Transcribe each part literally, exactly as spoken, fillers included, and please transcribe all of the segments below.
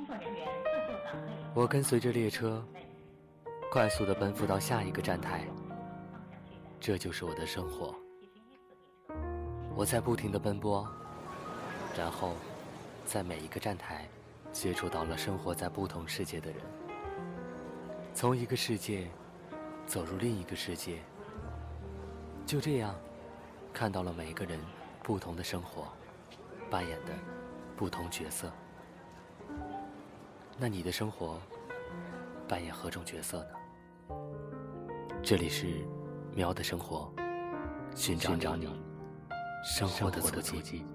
我跟随着列车快速地奔赴到下一个站台，这就是我的生活。我在不停地奔波，然后在每一个站台接触到了生活在不同世界的人，从一个世界走入另一个世界，就这样看到了每一个人不同的生活，扮演的不同角色。那你的生活扮演何种角色呢？这里是喵的生活，寻找你生活的足迹。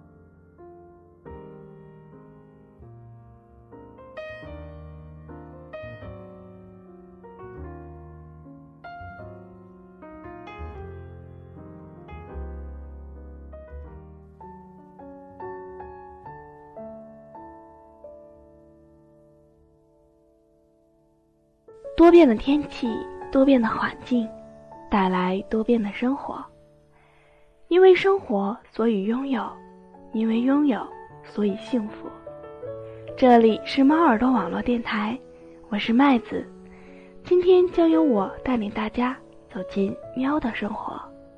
多变的天气，多变的环境，带来多变的生活。因为生活，所以拥有；因为拥有，所以幸福。这里是猫耳朵网络电台，我是麦子。今天将由我带领大家走进喵的生活。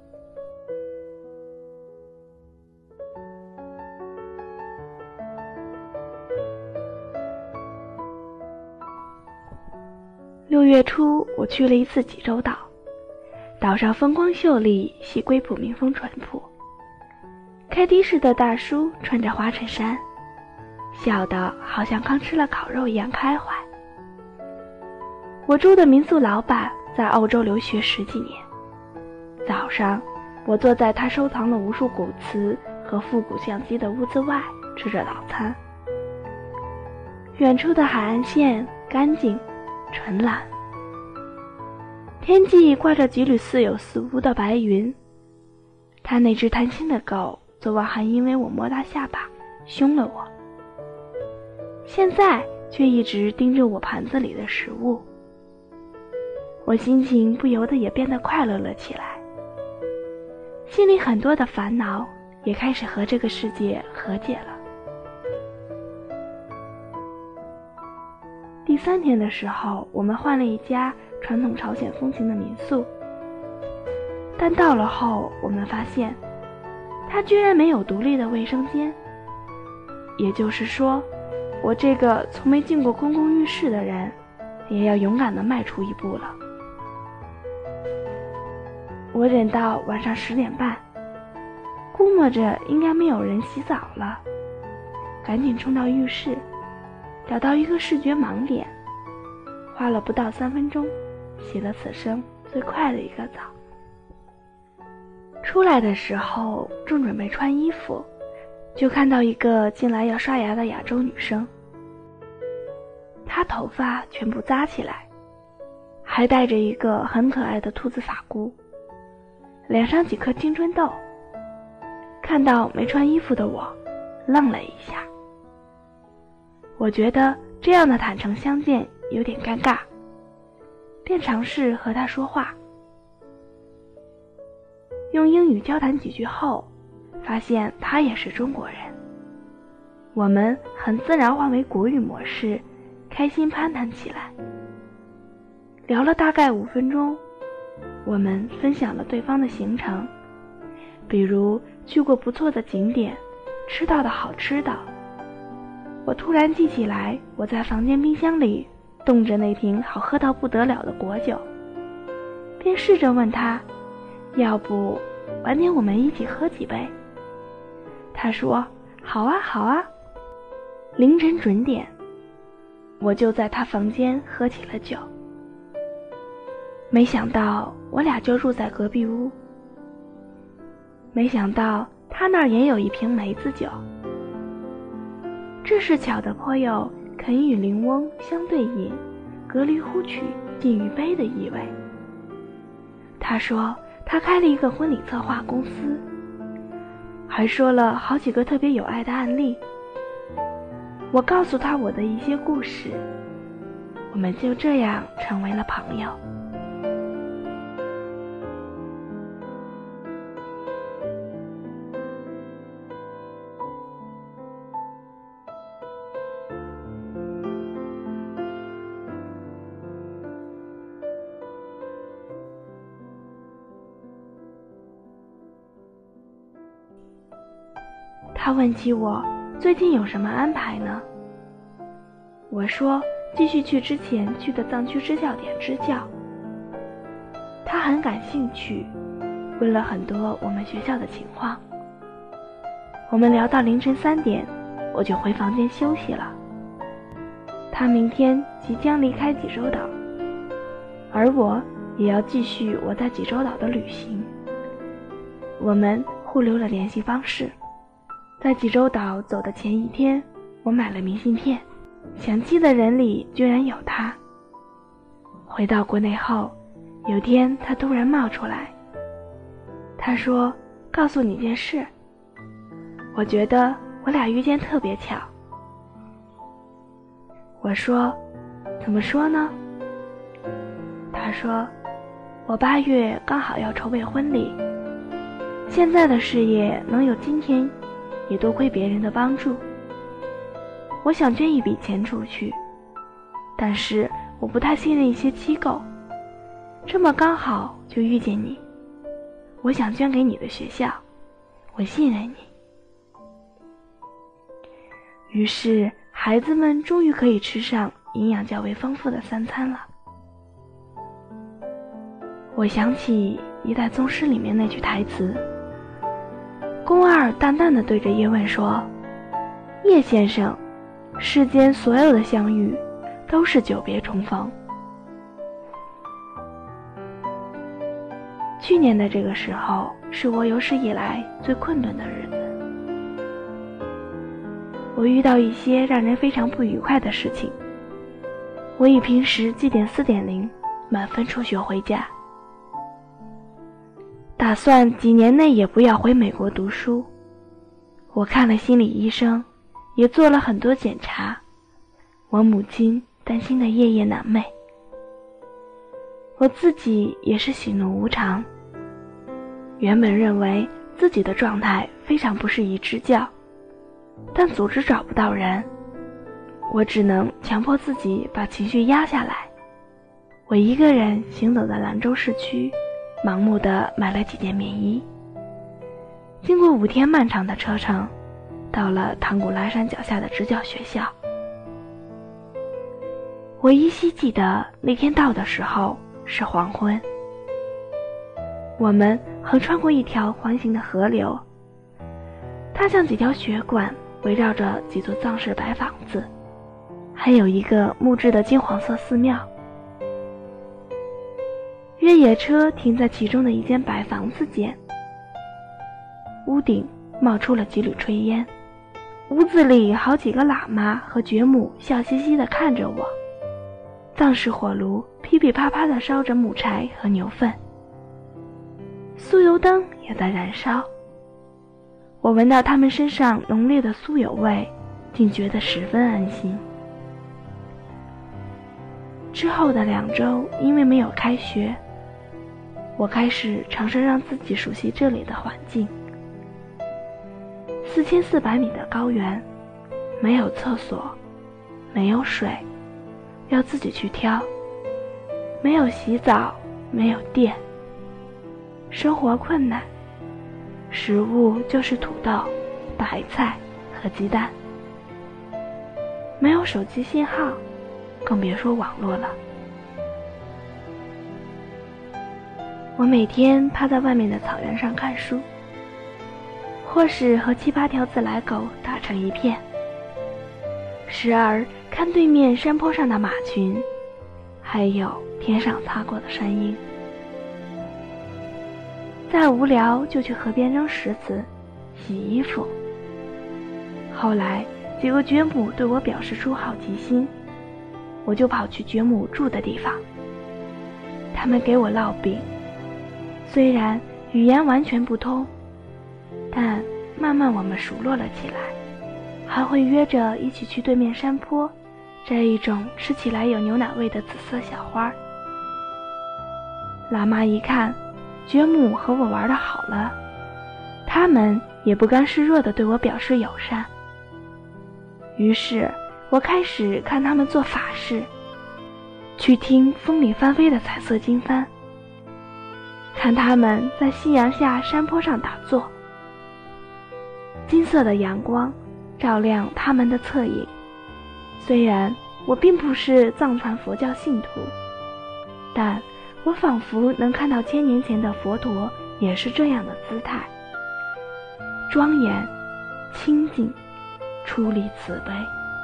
六月初，我去了一次济州岛，岛上风光秀丽，西归浦民风淳朴。开的士的大叔穿着花衬衫，笑得好像刚吃了烤肉一样开怀。我住的民宿老板在澳洲留学十几年，早上我坐在他收藏了无数古瓷和复古相机的屋子外吃着早餐。远处的海岸线干净纯蓝，天际挂着几缕似有似无的白云。他那只贪心的狗昨晚还因为我摸它下巴凶了我，现在却一直盯着我盘子里的食物。我心情不由得也变得快乐了起来，心里很多的烦恼也开始和这个世界和解了。第三天的时候，我们换了一家传统朝鲜风情的民宿，但到了后，我们发现它居然没有独立的卫生间。也就是说，我这个从没进过公共浴室的人，也要勇敢地迈出一步了。我忍到晚上十点半，估摸着应该没有人洗澡了，赶紧冲到浴室，找到一个视觉盲点，花了不到三分钟，洗了此生最快的一个澡。出来的时候正准备穿衣服，就看到一个进来要刷牙的亚洲女生。她头发全部扎起来，还戴着一个很可爱的兔子发箍，脸上几颗青春痘。看到没穿衣服的我，愣了一下。我觉得这样的坦诚相见有点尴尬，便尝试和他说话。用英语交谈几句后，发现他也是中国人。我们很自然换为国语模式，开心攀谈起来。聊了大概五分钟，我们分享了对方的行程，比如去过不错的景点，吃到的好吃的。我突然记起来，我在房间冰箱里冻着那瓶好喝到不得了的果酒，便试着问他，要不晚点我们一起喝几杯？他说好啊好啊。凌晨准点，我就在他房间喝起了酒。没想到我俩就住在隔壁屋，没想到他那儿也有一瓶梅子酒。这是巧的颇有肯与邻翁相对饮，隔离呼取尽于杯的意味。他说他开了一个婚礼策划公司，还说了好几个特别有爱的案例。我告诉他我的一些故事，我们就这样成为了朋友。 他问起我最近有什么安排呢？我说继续去之前去的藏区支教点支教。他很感兴趣，问了很多我们学校的情况。我们聊到凌晨三点，我就回房间休息了。他明天即将离开济州岛，而我也要继续我在济州岛的旅行。我们互留了联系方式。在济州岛走的前一天，我买了明信片，想寄的人里居然有他。回到国内后，有天他突然冒出来，他说告诉你件事。我觉得我俩遇见特别巧。我说怎么说呢？他说我八月刚好要筹备婚礼，现在的事业能有今天也多亏别人的帮助。我想捐一笔钱出去，但是我不太信任一些机构，这么刚好就遇见你，我想捐给你的学校，我信任你。于是孩子们终于可以吃上营养较为丰富的三餐了。我想起《一代宗师》里面那句台词，宫二淡淡地对着叶问说，叶先生，世间所有的相遇都是久别重逢。去年的这个时候是我有史以来最困顿的日子，我遇到一些让人非常不愉快的事情。我以平时绩点 四点零 满分辍学回家，打算几年内也不要回美国读书。我看了心理医生，也做了很多检查，我母亲担心的夜夜难寐。我自己也是喜怒无常，原本认为自己的状态非常不适宜支教，但组织找不到人，我只能强迫自己把情绪压下来。我一个人行走在兰州市区，盲目地买了几件棉衣。经过五天漫长的车程，到了唐古拉山脚下的支教学校。我依稀记得那天到的时候是黄昏，我们横穿过一条环形的河流，它像几条血管围绕着几座藏式白房子，还有一个木质的金黄色寺庙。越野车停在其中的一间白房子间，屋顶冒出了几缕炊烟，屋子里好几个喇嘛和觉母笑嘻嘻地看着我。藏式火炉噼噼啪啪地烧着木柴和牛粪，酥油灯也在燃烧。我闻到他们身上浓烈的酥油味，竟觉得十分安心。之后的两周，因为没有开学，我开始尝试让自己熟悉这里的环境。四千四百米的高原，没有厕所，没有水，要自己去挑，没有洗澡，没有电，生活困难，食物就是土豆、白菜和鸡蛋，没有手机信号，更别说网络了。我每天趴在外面的草原上看书，或是和七八条自来狗打成一片，时而看对面山坡上的马群，还有天上擦过的山鹰。再无聊就去河边扔石子、洗衣服。后来几个觉母对我表示出好奇心，我就跑去觉母住的地方。他们给我烙饼，虽然语言完全不通，但慢慢我们熟络了起来，还会约着一起去对面山坡摘一种吃起来有牛奶味的紫色小花。喇嘛一看觉母和我玩得好了，他们也不甘示弱地对我表示友善。于是我开始看他们做法事，去听风里翻飞的彩色经幡，看他们在夕阳下山坡上打坐。 金色的阳光照亮他们的侧影。虽然我并不是藏传佛教信徒，但我仿佛能看到千年前的佛陀也是这样的姿态，庄严、清净、出离慈悲。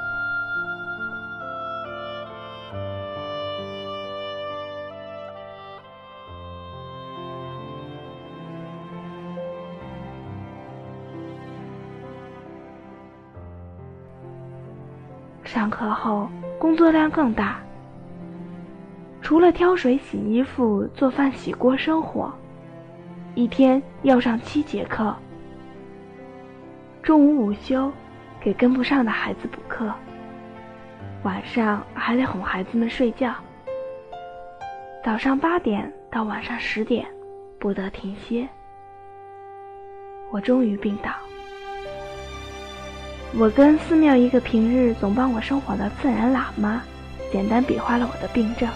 上课后工作量更大，除了挑水、洗衣服、做饭、洗锅、生火，一天要上七节课。中午午休给跟不上的孩子补课，晚上还得哄孩子们睡觉。早上八点到晚上十点不得停歇。我终于病倒。我跟寺庙一个平日总帮我生火的自然喇嘛简单比划了我的病症。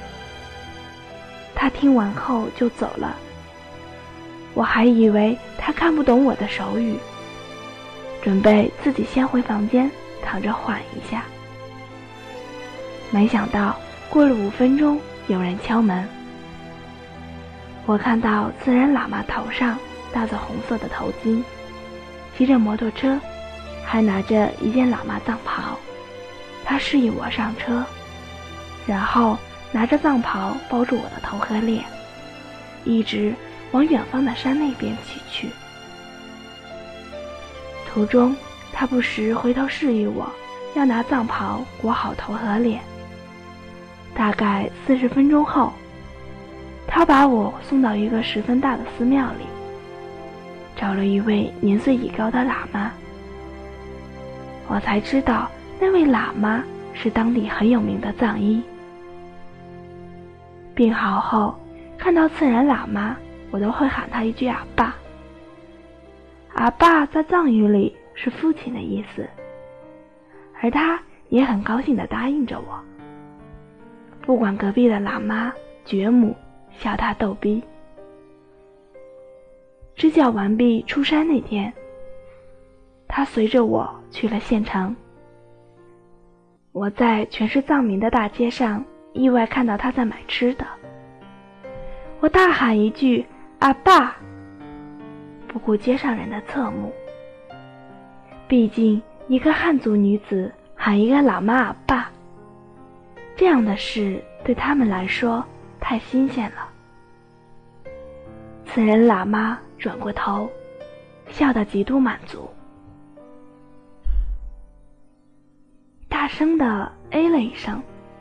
他听完后就走了，我还以为他看不懂我的手语，准备自己先回房间躺着缓一下。没想到过了五分钟，有人敲门。我看到自然喇嘛头上戴着红色的头巾，骑着摩托车，还拿着一件喇嘛藏袍。他示意我上车，然后拿着藏袍包住我的头和脸，一直往远方的山那边骑去。途中他不时回头示意我要拿藏袍裹好头和脸。大概四十分钟后，他把我送到一个十分大的寺庙里，找了一位年岁已高的喇嘛。我才知道那位喇嘛是当地很有名的藏医。病好后，看到自然喇嘛，我都会喊他一句阿爸。阿爸在藏语里是父亲的意思，而他也很高兴地答应着我。不管隔壁的喇嘛、觉母笑他逗逼。支教完毕出山那天，他随着我去了县城。我在全是藏民的大街上意外看到他在买吃的，我大喊一句阿爸，不顾街上人的侧目。毕竟一个汉族女子喊一个喇嘛阿爸，这样的事对他们来说太新鲜了。此人喇嘛转过头，笑得极度满足，大声地哎了一声。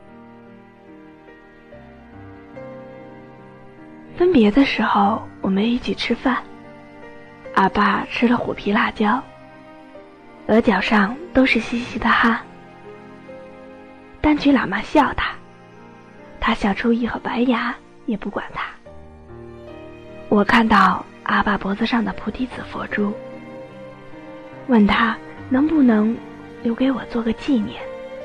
分别的时候，我们一起吃饭。阿爸吃了虎皮辣椒，额角上都是细细的汗。丹曲喇嘛笑他，他笑出一盒白牙，也不管他。我看到阿爸脖子上的菩提子佛珠，问他能不能留给我做个纪念。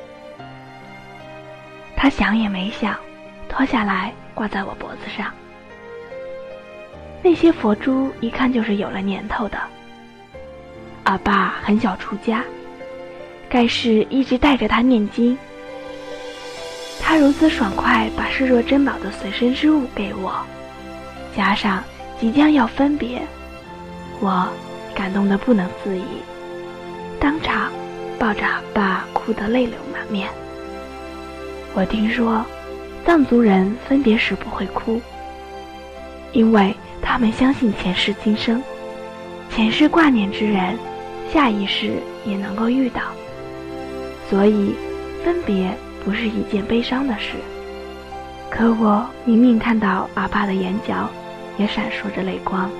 他想也没想，脱下来挂在我脖子上。那些佛珠一看就是有了年头的。阿爸很小出家，盖世一直带着他念经。他如此爽快把视若珍宝的随身之物给我，加上即将要分别，我感动得不能自已，当场抱着阿爸哭得泪流满面。我听说藏族人分别时不会哭，因为他们相信前世今生，前世挂念之人下一世也能够遇到，所以分别不是一件悲伤的事。可我明明看到阿爸的眼角也闪烁着泪光。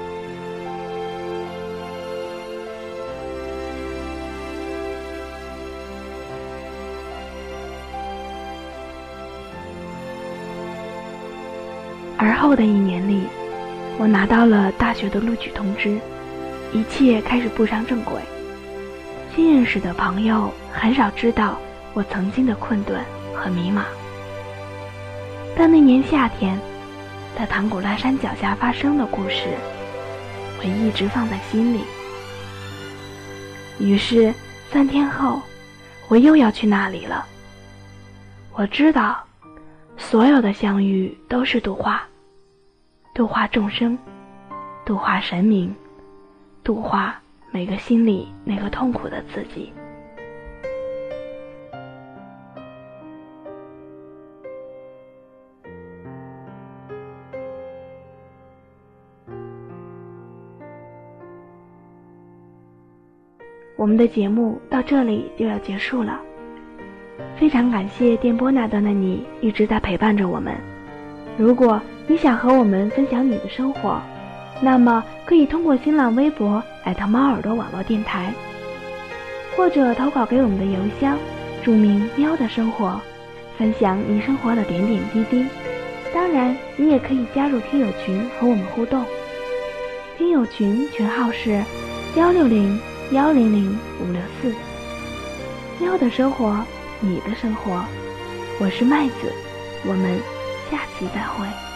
而后的一年里，我拿到了大学的录取通知，一切开始步上正轨。新认识的朋友很少知道我曾经的困顿和迷茫，但那年夏天在唐古拉山脚下发生的故事，我一直放在心里。 于是三天后，我又要去那里了。我知道，所有的相遇都是度化，度化众生，度化神明，度化每个心里那个痛苦的自己。我们的节目到这里就要结束了，非常感谢电波那端的你一直在陪伴着我们。如果你想和我们分享你的生活，那么可以通过新浪微博艾特猫耳朵网络电台，或者投稿给我们的邮箱，注明喵的生活，分享你生活的点点滴滴。当然你也可以加入听友群和我们互动，听友群群号是幺六零幺零零五六四。喵的生活，你的生活，我是麦子，我们下期再会。